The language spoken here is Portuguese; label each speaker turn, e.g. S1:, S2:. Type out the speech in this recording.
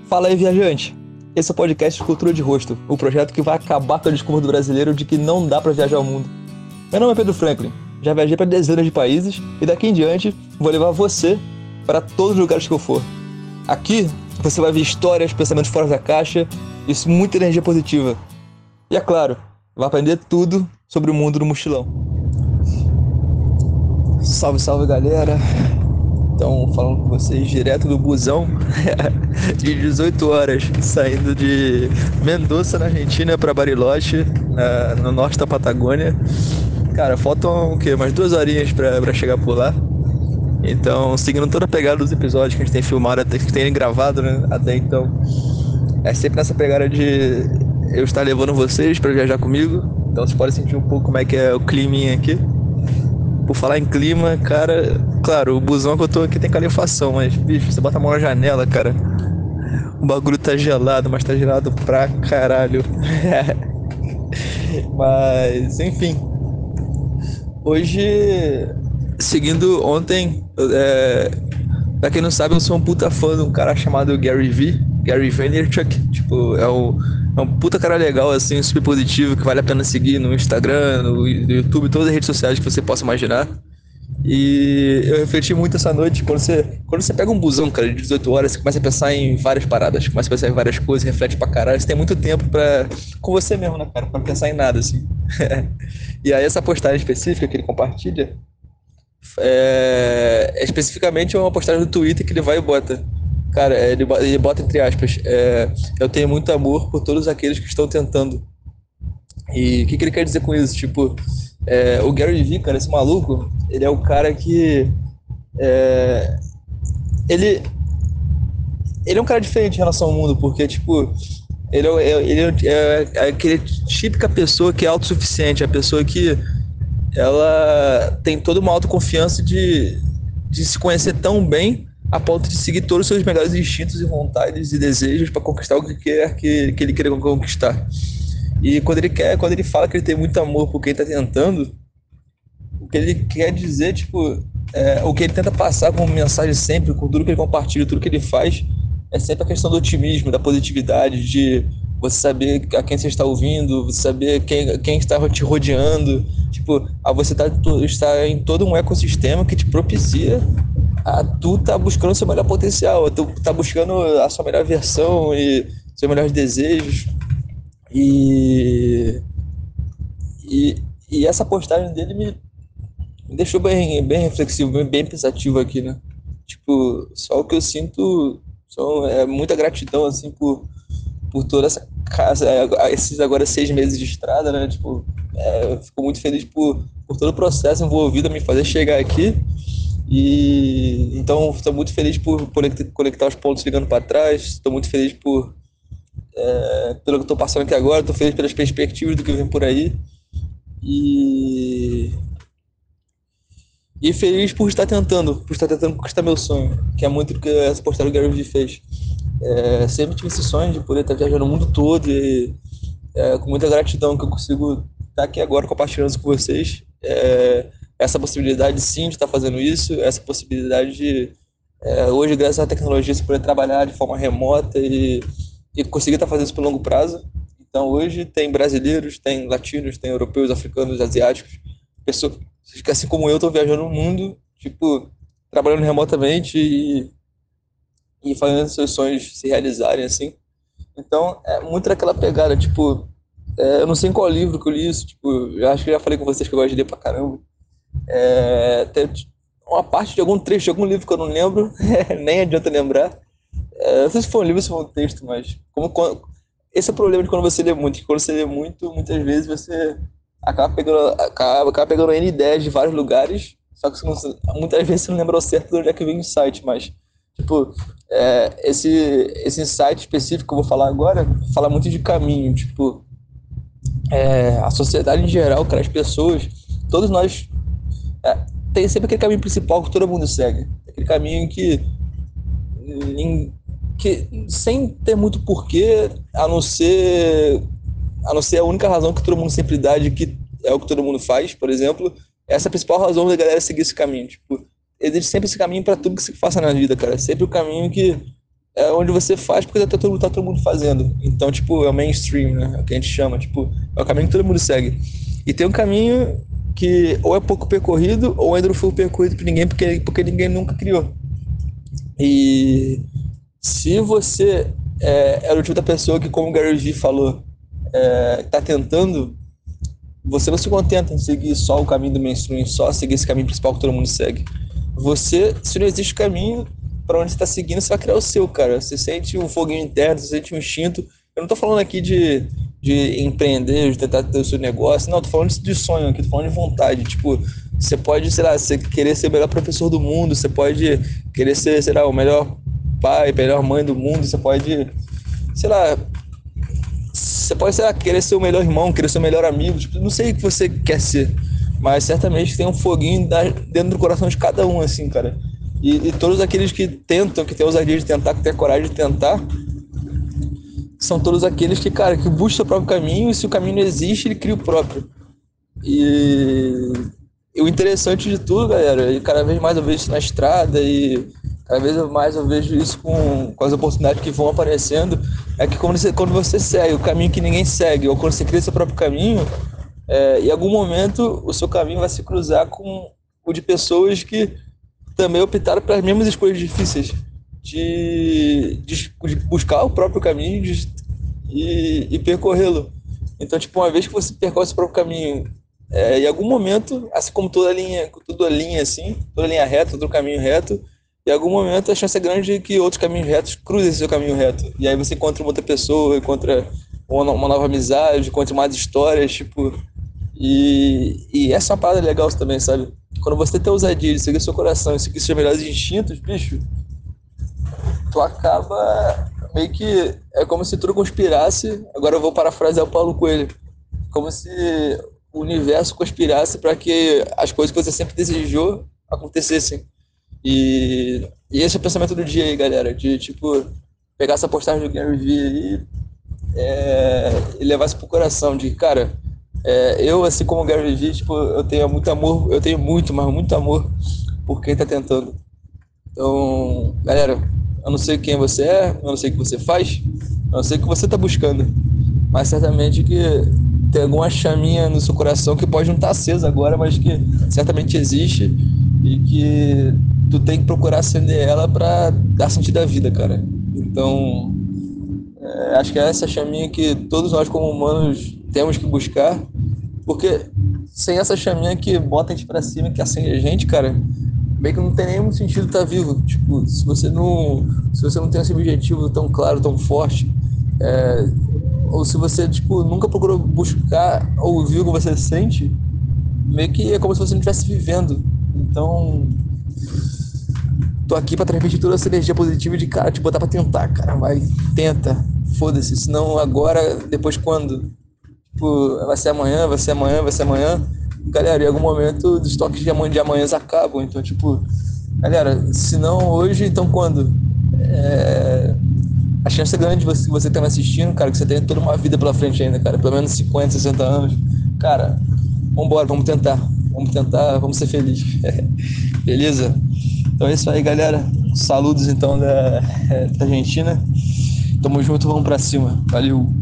S1: Fala aí, viajante! Esse é o podcast Cultura de Rosto, o projeto que vai acabar com a desculpa do brasileiro de que não dá pra viajar ao mundo. Meu nome é Pedro Franklin, já viajei para dezenas de países e daqui em diante vou levar você para todos os lugares que eu for. Aqui você vai ver histórias, pensamentos fora da caixa e muita energia positiva. E é claro, vai aprender tudo sobre o mundo do mochilão. Salve, salve, galera! Então, falando com vocês direto do busão de 18 horas, saindo de Mendoza, na Argentina, para Bariloche, no norte da Patagônia. Cara, faltam o quê? Umas 2 horinhas pra chegar por lá. Então, seguindo toda a pegada dos episódios que a gente tem filmado, até que tem gravado, né? Até então, é sempre nessa pegada de eu estar levando vocês pra viajar comigo. Então, vocês podem sentir um pouco como é que é o climinha aqui. Por falar em clima, cara, claro, o busão que eu tô aqui tem calefação, mas, bicho, você bota a mão na janela, cara, o bagulho tá gelado, mas tá gelado pra caralho. Mas, enfim, hoje, seguindo ontem, pra quem não sabe, eu sou um puta fã de um cara chamado Gary Vaynerchuk, tipo, é um puta cara legal, assim, super positivo, que vale a pena seguir no Instagram, no YouTube, todas as redes sociais que você possa imaginar. E eu refleti muito essa noite, quando você pega um busão, cara, de 18 horas, você começa a pensar em várias paradas, começa a pensar em várias coisas, reflete pra caralho, você tem muito tempo com você mesmo, né, cara, pra pensar em nada, assim. E aí essa postagem específica que ele compartilha, especificamente uma postagem do Twitter que ele vai e bota. Cara, ele bota entre aspas, eu tenho muito amor por todos aqueles que estão tentando. E o que ele quer dizer com isso? Tipo, o Gary Vee, cara, esse maluco, ele é o cara que... ele é um cara diferente em relação ao mundo, porque, tipo, ele é aquele típica pessoa que é autossuficiente, a pessoa que ela tem toda uma autoconfiança de se conhecer tão bem a ponto de seguir todos os seus melhores instintos e vontades e desejos para conquistar o que quer que ele queira conquistar. E quando ele fala que ele tem muito amor por quem tá tentando, o que ele quer dizer, tipo, o que ele tenta passar como mensagem sempre, com tudo que ele compartilha, tudo que ele faz, é sempre a questão do otimismo, da positividade, de você saber a quem você está ouvindo, você saber quem está te rodeando, tipo, você está em todo um ecossistema que te propicia a tu tá buscando o seu melhor potencial, tu tá buscando a sua melhor versão e seus melhores desejos. E essa postagem dele me deixou bem reflexivo, bem pensativo aqui, né? Tipo, só o que eu sinto é muita gratidão, assim, por toda essa casa, esses agora 6 meses de estrada, né? Tipo, eu fico muito feliz por todo o processo envolvido a me fazer chegar aqui. E então, estou muito feliz por conectar os pontos ligando para trás, estou muito feliz pelo que eu tô passando aqui agora, tô feliz pelas perspectivas do que vem por aí e feliz por estar tentando conquistar meu sonho, que é muito do que essa postagem do Gary Vee fez. Sempre tive esse sonho de poder estar viajando o mundo todo e com muita gratidão que eu consigo estar aqui agora compartilhando isso com vocês. Essa possibilidade sim de estar fazendo isso, essa possibilidade de hoje, graças à tecnologia, você poder trabalhar de forma remota e conseguir estar fazendo isso por longo prazo. Então hoje tem brasileiros, tem latinos, tem europeus, africanos, asiáticos, pessoas que assim como eu estão viajando no mundo, tipo, trabalhando remotamente e fazendo seus sonhos se realizarem, assim. Então é muito daquela pegada, tipo, eu não sei em qual livro que eu li isso, tipo, eu acho que eu já falei com vocês que eu gosto de ler pra caramba. Tem uma parte de algum trecho de algum livro que eu não lembro, nem adianta lembrar. Não sei se foi um livro ou se foi um texto, mas esse é o problema de quando você lê muito. Que quando você lê muito, muitas vezes você acaba pegando N ideias de vários lugares, só que muitas vezes você não lembra ao certo de onde é que vem o insight, mas, tipo, esse insight específico que eu vou falar agora fala muito de caminho, tipo, a sociedade em geral, cara, as pessoas, todos nós, tem sempre aquele caminho principal que todo mundo segue, aquele caminho que sem ter muito porquê, a não ser a única razão que todo mundo sempre dá de que é o que todo mundo faz, por exemplo, essa é a principal razão da galera seguir esse caminho. Tipo, existe sempre esse caminho para tudo que se faça na vida, cara. Sempre o caminho que é onde você faz porque tá todo mundo fazendo. Então, tipo, é o mainstream, né? É o que a gente chama, tipo, é o caminho que todo mundo segue. E tem um caminho que ou é pouco percorrido ou ainda não foi percorrido por ninguém porque ninguém nunca criou. E se você é o tipo da pessoa que, como o Gary Vee falou, tá tentando, você não se contenta em seguir só o caminho do mainstream, só seguir esse caminho principal que todo mundo segue. Você, se não existe caminho para onde você está seguindo, você vai criar o seu, cara. Você sente um foguinho interno, você sente um instinto. Eu não tô falando aqui de empreender, de tentar ter o seu negócio. Não, tô falando de sonho aqui, tô falando de vontade. Tipo, você pode, sei lá, você querer ser o melhor professor do mundo, você pode querer ser, sei lá, o melhor pai, melhor mãe do mundo, você pode, sei lá, você pode, sei lá, querer ser o melhor irmão, querer ser o melhor amigo, tipo, não sei o que você quer ser, mas certamente tem um foguinho dentro do coração de cada um, assim, cara. E todos aqueles que tentam, que têm ousadia de tentar, que têm a coragem de tentar, são todos aqueles que, cara, que buscam o seu próprio caminho, e se o caminho não existe, ele cria o próprio. E o interessante de tudo, galera, e cada vez mais eu vejo isso na estrada e cada vez mais eu vejo isso com as oportunidades que vão aparecendo, é que quando você segue o caminho que ninguém segue, ou quando você cria seu próprio caminho, em algum momento o seu caminho vai se cruzar com o de pessoas que também optaram pelas mesmas escolhas difíceis, de buscar o próprio caminho e percorrê-lo. Então, tipo, uma vez que você percorre o próprio caminho, em algum momento, assim como toda linha assim, toda linha reta, todo caminho reto, em algum momento a chance é grande de que outros caminhos retos cruzem seu caminho reto. E aí você encontra uma outra pessoa, encontra uma nova amizade, encontra mais histórias, tipo. E essa é uma parada legal também, sabe? Quando você tem ousadia de seguir seu coração e seguir seus melhores instintos, bicho, tu acaba meio que. É como se tudo conspirasse. Agora eu vou parafrasear o Paulo Coelho. Como se o universo conspirasse para que as coisas que você sempre desejou acontecessem. E esse é o pensamento do dia aí, galera. De tipo, pegar essa postagem do Gary Vee aí e levar isso pro coração. De cara, eu, assim como o Gary Vee, tipo, eu tenho muito amor, eu tenho muito, mas muito amor por quem tá tentando. Então, galera, eu não sei quem você é, eu não sei o que você faz, eu não sei o que você está buscando, mas certamente que tem alguma chaminha no seu coração que pode não estar acesa agora, mas que certamente existe e que tu tem que procurar acender ela para dar sentido à vida, cara. Então, acho que é essa chaminha que todos nós como humanos temos que buscar, porque sem essa chaminha que bota a gente pra cima, que acende a gente, cara, meio que não tem nenhum sentido estar vivo. Tipo, se você não tem esse objetivo tão claro, tão forte, ou se você, tipo, nunca procurou buscar ou ouvir o que você sente, meio que é como se você não estivesse vivendo. Então, tô aqui pra transmitir toda essa energia positiva de, cara, te botar pra tentar, cara, vai, tenta, foda-se, senão agora, depois quando? Tipo, vai ser amanhã, vai ser amanhã, vai ser amanhã. Galera, em algum momento os estoques de amanhãs acabam. Então, tipo, galera, se não hoje, então quando? A chance é grande de você estar me assistindo, cara, que você tem toda uma vida pela frente ainda, cara. Pelo menos 50, 60 anos. Cara, vambora, vamos tentar. Vamos tentar, vamos ser felizes. Beleza? Então é isso aí, galera. Saludos então da Argentina. Tamo junto, vamos pra cima. Valeu.